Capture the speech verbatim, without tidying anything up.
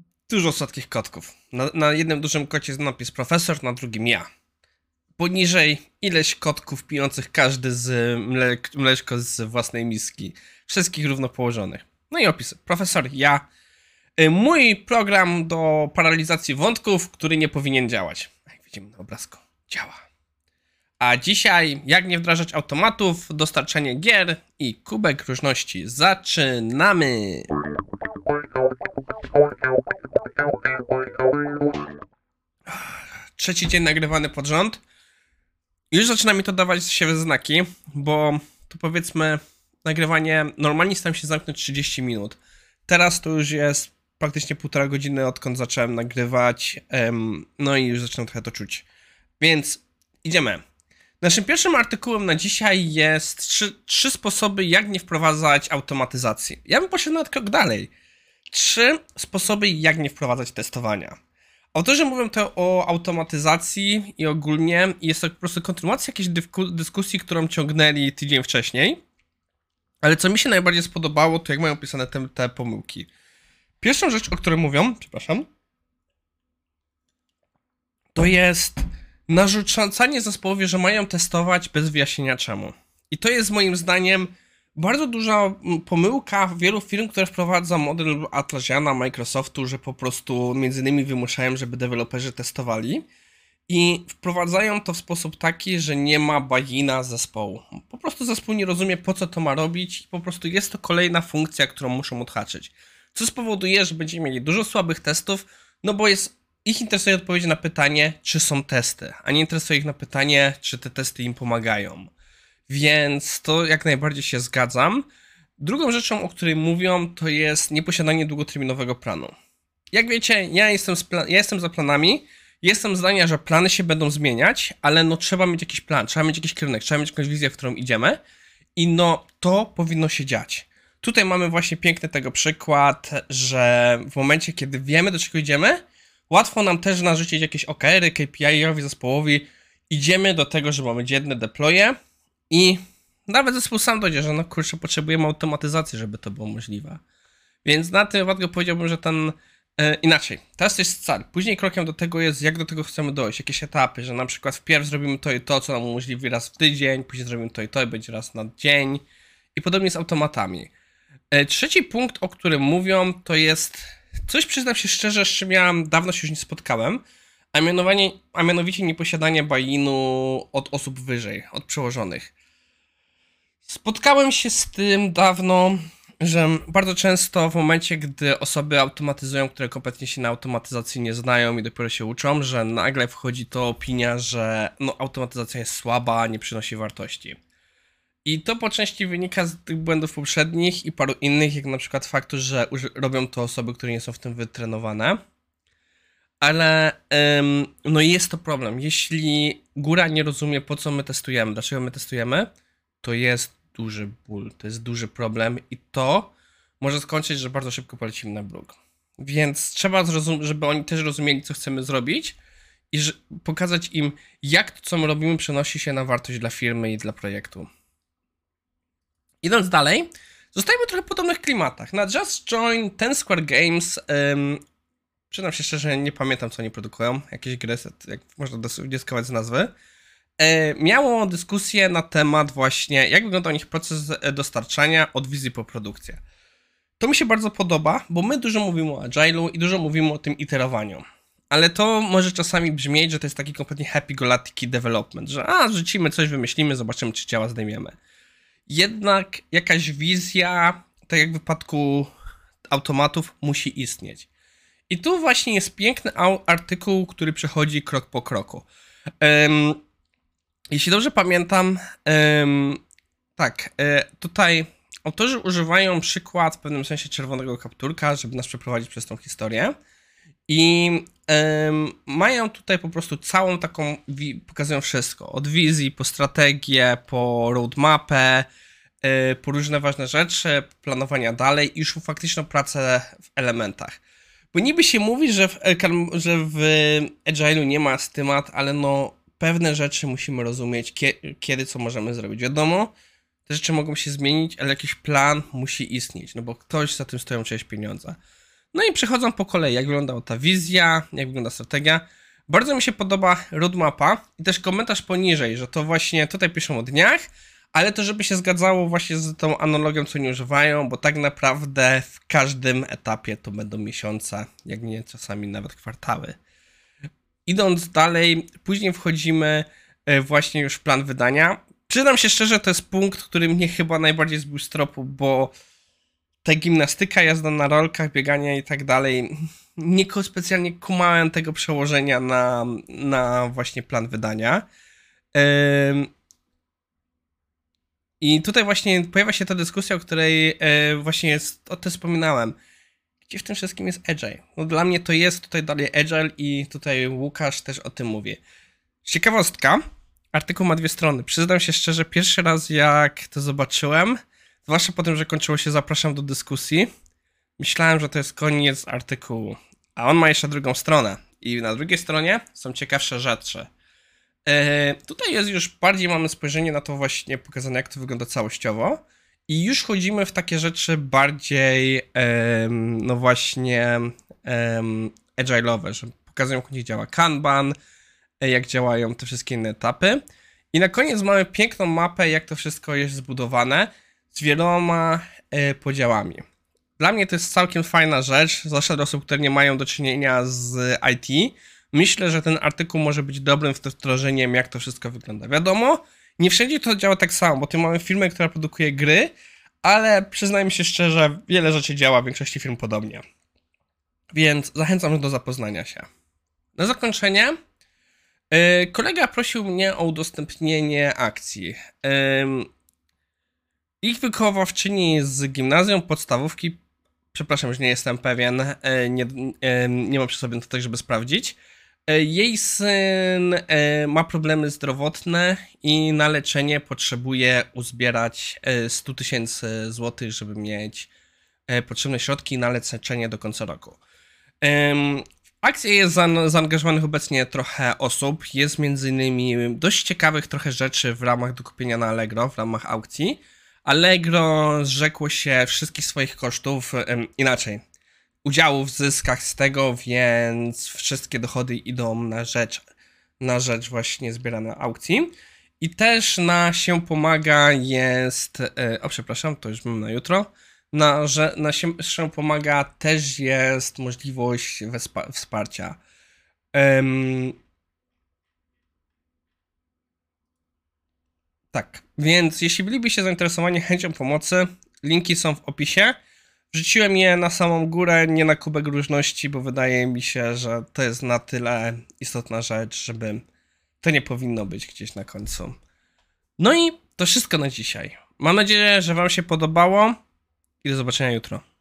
Dużo słodkich kotków. Na, na jednym dużym kocie jest napis profesor, na drugim ja. Poniżej ileś kotków pijących każdy z mlek, mleczko z własnej miski. Wszystkich równo położonych. No i opis. Profesor, ja. Y, Mój program do paralizacji wątków, który nie powinien działać. Jak widzimy na obrazku, działa. A dzisiaj, jak nie wdrażać automatów, dostarczanie gier i kubek różności. Zaczynamy! Trzeci dzień nagrywany pod rząd. Już zaczyna mi to dawać się we znaki, bo tu powiedzmy nagrywanie normalnie staram się zamknąć trzydzieści minut. Teraz to już jest praktycznie półtora godziny, odkąd zacząłem nagrywać. Um, no i już zaczynam trochę to czuć. Więc idziemy. Naszym pierwszym artykułem na dzisiaj jest trzy, trzy sposoby, jak nie wprowadzać automatyzacji. Ja bym poszedł nawet krok dalej. Trzy sposoby, jak nie wprowadzać testowania. Autorzy mówią to o automatyzacji i ogólnie jest to po prostu kontynuacja jakiejś dyskusji, którą ciągnęli tydzień wcześniej. Ale co mi się najbardziej spodobało, to jak mają opisane te, te pomyłki. Pierwszą rzecz, o której mówią, przepraszam, to jest narzucanie zespołowi, że mają testować bez wyjaśnienia czemu. I to jest moim zdaniem bardzo duża pomyłka wielu firm, które wprowadza model Atlassiana, Microsoftu, że po prostu między innymi wymuszają, żeby deweloperzy testowali i wprowadzają to w sposób taki, że nie ma buy-ina zespołu. Po prostu zespół nie rozumie, po co to ma robić i po prostu jest to kolejna funkcja, którą muszą odhaczyć. Co spowoduje, że będziemy mieli dużo słabych testów, no bo jest, ich interesuje odpowiedź na pytanie, czy są testy, a nie interesuje ich na pytanie, czy te testy im pomagają. Więc to jak najbardziej się zgadzam. Drugą rzeczą, o której mówią, to jest nieposiadanie długoterminowego planu. Jak wiecie, ja jestem, ja jestem za planami, jestem zdania, że plany się będą zmieniać, ale no trzeba mieć jakiś plan, trzeba mieć jakiś kierunek, trzeba mieć jakąś wizję, w którą idziemy i no to powinno się dziać. Tutaj mamy właśnie piękny tego przykład, że w momencie, kiedy wiemy, do czego idziemy, łatwo nam też narzucić jakieś O K R-y, K P I-owi, zespołowi, idziemy do tego, że mamy dzienne deploye, i nawet zespół sam dojdzie, że no kurczę, potrzebujemy automatyzacji, żeby to było możliwe. Więc na tym wypadku powiedziałbym, że ten e, inaczej. Teraz to jest cel. Później krokiem do tego jest, jak do tego chcemy dojść, jakieś etapy, że na przykład wpierw zrobimy to i to, co nam umożliwi raz w tydzień, później zrobimy to i to i będzie raz na dzień. I podobnie z automatami. E, trzeci punkt, o którym mówią, to jest coś, przyznam się szczerze, z czym ja dawno się już nie spotkałem, a, mianowanie, a mianowicie nieposiadanie buy-inu od osób wyżej, od przełożonych. Spotkałem się z tym dawno, że bardzo często w momencie, gdy osoby automatyzują, które kompletnie się na automatyzacji nie znają i dopiero się uczą, że nagle wchodzi to opinia, że no, automatyzacja jest słaba, nie przynosi wartości. I to po części wynika z tych błędów poprzednich i paru innych, jak na przykład faktu, że robią to osoby, które nie są w tym wytrenowane. Ale ym, no jest to problem. Jeśli góra nie rozumie, po co my testujemy, dlaczego my testujemy, to jest duży ból, to jest duży problem i to może skończyć, że bardzo szybko polecimy na bruk. Więc trzeba, żeby oni też rozumieli, co chcemy zrobić i że pokazać im, jak to, co my robimy, przenosi się na wartość dla firmy i dla projektu. Idąc dalej, zostajemy trochę w podobnych klimatach. Na Just Join, Ten Square Games, ym, przyznam się szczerze, nie pamiętam, co oni produkują, jakieś gry, jak można wnioskować z nazwy. Miało dyskusję na temat właśnie, jak wygląda u nich proces dostarczania od wizji po produkcję. To mi się bardzo podoba, bo my dużo mówimy o Agile'u i dużo mówimy o tym iterowaniu. Ale to może czasami brzmieć, że to jest taki kompletnie happy-go-lucky development, że a, rzucimy coś, wymyślimy, zobaczymy, czy działa, zdejmiemy. Jednak jakaś wizja, tak jak w wypadku automatów, musi istnieć. I tu właśnie jest piękny artykuł, który przechodzi krok po kroku. Um, Jeśli dobrze pamiętam, um, tak, e, tutaj autorzy używają przykład w pewnym sensie czerwonego kapturka, żeby nas przeprowadzić przez tą historię i um, mają tutaj po prostu całą taką, pokazują wszystko, od wizji, po strategię, po roadmapę, e, po różne ważne rzeczy, planowania dalej i już faktyczną pracę w elementach. Bo niby się mówi, że w, że w Agile'u nie ma stymat, ale no pewne rzeczy musimy rozumieć, kiedy co możemy zrobić. Wiadomo, te rzeczy mogą się zmienić, ale jakiś plan musi istnieć, no bo ktoś za tym stoją czyjeś pieniądze. No i przechodzą po kolei, jak wyglądała ta wizja, jak wygląda strategia. Bardzo mi się podoba roadmapa i też komentarz poniżej, że to właśnie tutaj piszą o dniach, ale to żeby się zgadzało właśnie z tą analogią, co nie używają, bo tak naprawdę w każdym etapie to będą miesiące, jak nie czasami nawet kwartały. Idąc dalej, później wchodzimy właśnie już w plan wydania. Przyznam się szczerze, to jest punkt, który mnie chyba najbardziej zbił z tropu, bo ta gimnastyka, jazda na rolkach, bieganie i tak dalej, nie specjalnie kumałem tego przełożenia na, na właśnie plan wydania. I tutaj właśnie pojawia się ta dyskusja, o której właśnie jest, o tym wspominałem. Gdzie w tym wszystkim jest Agile? No dla mnie to jest tutaj dalej Agile i tutaj Łukasz też o tym mówi. Ciekawostka, artykuł ma dwie strony. Przyznam się szczerze, pierwszy raz jak to zobaczyłem, zwłaszcza po tym, że kończyło się zapraszam do dyskusji, myślałem, że to jest koniec artykułu. A on ma jeszcze drugą stronę. I na drugiej stronie są ciekawsze rzeczy. Yy, tutaj jest już bardziej mamy spojrzenie na to właśnie pokazane, jak to wygląda całościowo. I już chodzimy w takie rzeczy bardziej, um, no właśnie, um, agile'owe, że pokazują, jak nie działa Kanban, jak działają te wszystkie inne etapy. I na koniec mamy piękną mapę, jak to wszystko jest zbudowane, z wieloma e, podziałami. Dla mnie to jest całkiem fajna rzecz, zwłaszcza dla osób, które nie mają do czynienia z I T. Myślę, że ten artykuł może być dobrym wdrożeniem, jak to wszystko wygląda. Wiadomo, nie wszędzie to działa tak samo, bo tu mamy firmę, która produkuje gry, ale przyznajmy się szczerze, wiele rzeczy działa w większości firm podobnie. Więc zachęcam do zapoznania się. Na zakończenie, yy, kolega prosił mnie o udostępnienie akcji. Yy, ich wychowawczyni z gimnazjum, podstawówki, przepraszam, że nie jestem pewien, yy, nie, yy, nie mam przy sobie to tak, żeby sprawdzić. Jej syn ma problemy zdrowotne i na leczenie potrzebuje uzbierać sto tysięcy złotych, żeby mieć potrzebne środki na leczenie do końca roku. W akcję jest zaangażowanych obecnie trochę osób. Jest między innymi dość ciekawych trochę rzeczy w ramach do kupienia na Allegro, w ramach aukcji. Allegro zrzekło się wszystkich swoich kosztów, inaczej, udziałów w zyskach z tego, więc wszystkie dochody idą na rzecz, na rzecz właśnie zbierania aukcji. I też na się pomaga jest, o przepraszam, to już mam na jutro, na, że, na się, się pomaga też jest możliwość wsparcia. Um, tak, więc jeśli bylibyście zainteresowani chęcią pomocy, linki są w opisie. Wrzuciłem je na samą górę, nie na kubek różności, bo wydaje mi się, że to jest na tyle istotna rzecz, żeby to nie powinno być gdzieś na końcu. No i to wszystko na dzisiaj. Mam nadzieję, że wam się podobało i do zobaczenia jutro.